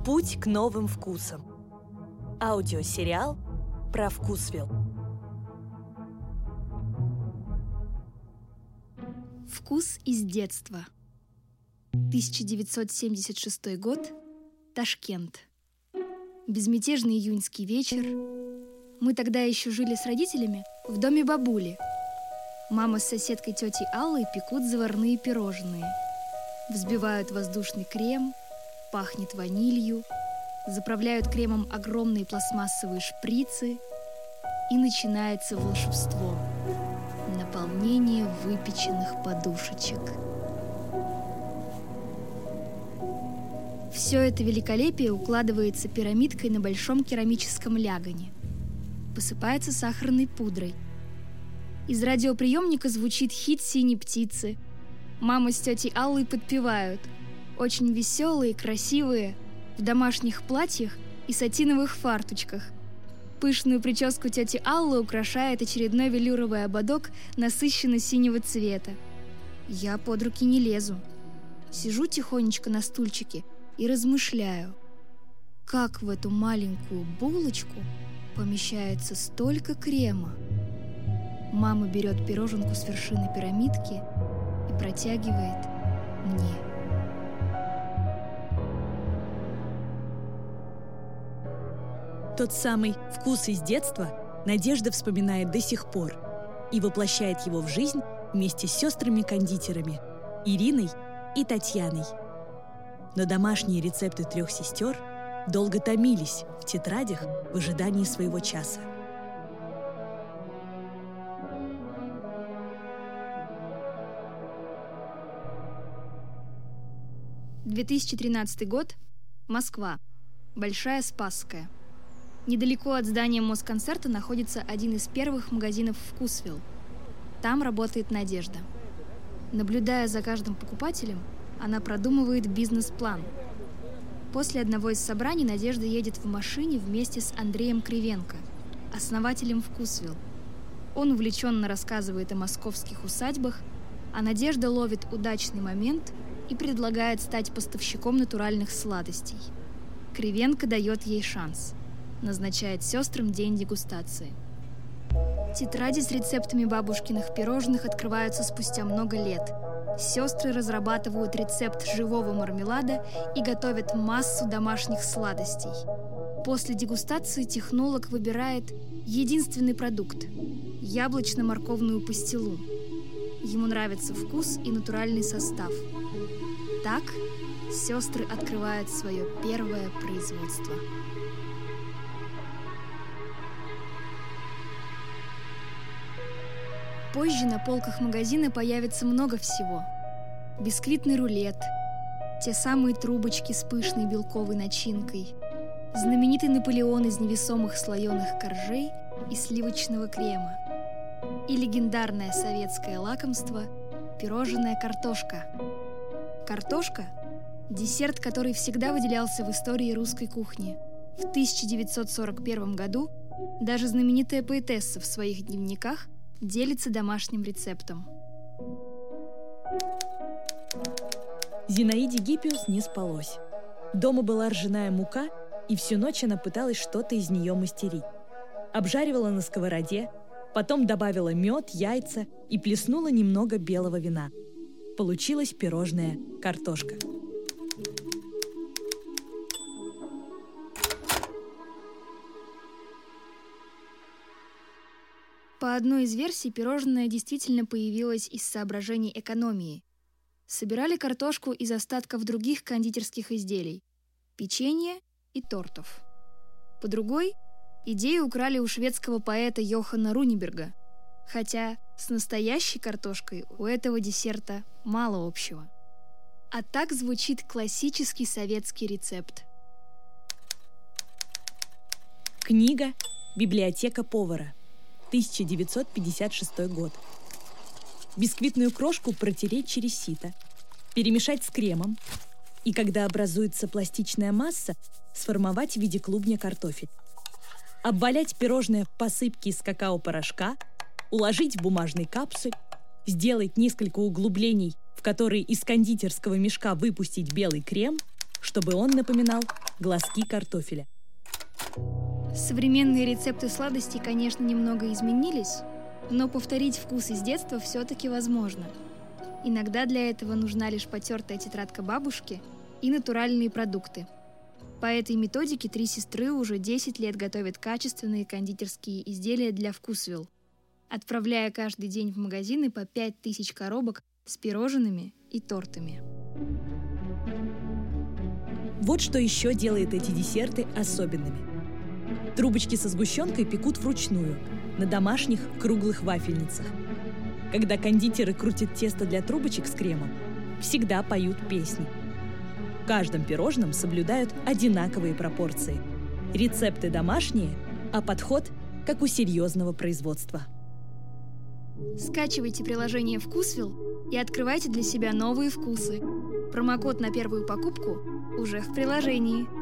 Путь к новым вкусам. Аудиосериал про Вкусвилл. Вкус из детства. 1976 год. Ташкент. Безмятежный июньский вечер. Мы тогда еще жили с родителями в доме бабули. Мама с соседкой тетей Аллой пекут заварные пирожные. Взбивают воздушный крем, пахнет ванилью, заправляют кремом огромные пластмассовые шприцы, и начинается волшебство – наполнение выпеченных подушечек. Все это великолепие укладывается пирамидкой на большом керамическом лягане. Посыпается сахарной пудрой. Из радиоприемника звучит хит «Синей птицы». Мама с тетей Аллой подпевают. Очень веселые, красивые, в домашних платьях и сатиновых фарточках. Пышную прическу тети Аллы украшает очередной велюровый ободок насыщенно-синего цвета. Я под руки не лезу. Сижу тихонечко на стульчике и размышляю, как в эту маленькую булочку помещается столько крема. Мама берет пироженку с вершины пирамидки и протягивает мне. Тот самый вкус из детства Надежда вспоминает до сих пор и воплощает его в жизнь вместе с сестрами-кондитерами Ириной и Татьяной. Но домашние рецепты трех сестер долго томились в тетрадях в ожидании своего часа. — 2013 год. Москва. Большая Спасская. Недалеко от здания Москонцерта находится один из первых магазинов «Вкусвилл». Там работает Надежда. Наблюдая за каждым покупателем, она продумывает бизнес-план. После одного из собраний Надежда едет в машине вместе с Андреем Кривенко, основателем «Вкусвилл». Он увлеченно рассказывает о московских усадьбах, а Надежда ловит удачный момент и предлагает стать поставщиком натуральных сладостей. Кривенко дает ей шанс. Назначает сестрам день дегустации. Тетради с рецептами бабушкиных пирожных открываются спустя много лет. Сестры разрабатывают рецепт живого мармелада и готовят массу домашних сладостей. После дегустации технолог выбирает единственный продукт – яблочно-морковную пастилу. Ему нравится вкус и натуральный состав. Так сестры открывают свое первое производство. Позже на полках магазина появится много всего. Бисквитный рулет, те самые трубочки с пышной белковой начинкой, знаменитый Наполеон из невесомых слоеных коржей и сливочного крема и легендарное советское лакомство – пирожная картошка. Картошка – десерт, который всегда выделялся в истории русской кухни. В 1941 году даже знаменитая поэтесса в своих дневниках делится домашним рецептом. Зинаиде Гиппиус не спалось. Дома была ржаная мука, и всю ночь она пыталась что-то из нее мастерить. Обжаривала на сковороде, потом добавила мед, яйца и плеснула немного белого вина. Получилась пирожная картошка. По одной из версий, пирожное действительно появилось из соображений экономии. Собирали картошку из остатков других кондитерских изделий – печенья и тортов. По другой, идею украли у шведского поэта Йоханна Рунеберга, хотя с настоящей картошкой у этого десерта мало общего. А так звучит классический советский рецепт. Книга «Библиотека повара», 1956 год. Бисквитную крошку протереть через сито, перемешать с кремом и, когда образуется пластичная масса, сформовать в виде клубня картофель. Обвалять пирожное в посыпке из какао-порошка, уложить в бумажный капсуль, сделать несколько углублений, в которые из кондитерского мешка выпустить белый крем, чтобы он напоминал глазки картофеля. Современные рецепты сладостей, конечно, немного изменились, но повторить вкус из детства все-таки возможно. Иногда для этого нужна лишь потертая тетрадка бабушки и натуральные продукты. По этой методике 3 сестры уже 10 лет готовят качественные кондитерские изделия для Вкусвилл, отправляя каждый день в магазины по 5000 коробок с пирожными и тортами. Вот что еще делает эти десерты особенными. Трубочки со сгущенкой пекут вручную, на домашних круглых вафельницах. Когда кондитеры крутят тесто для трубочек с кремом, всегда поют песни. В каждом пирожном соблюдают одинаковые пропорции. Рецепты домашние, а подход как у серьезного производства. Скачивайте приложение Вкусвилл и открывайте для себя новые вкусы. Промокод на первую покупку уже в приложении.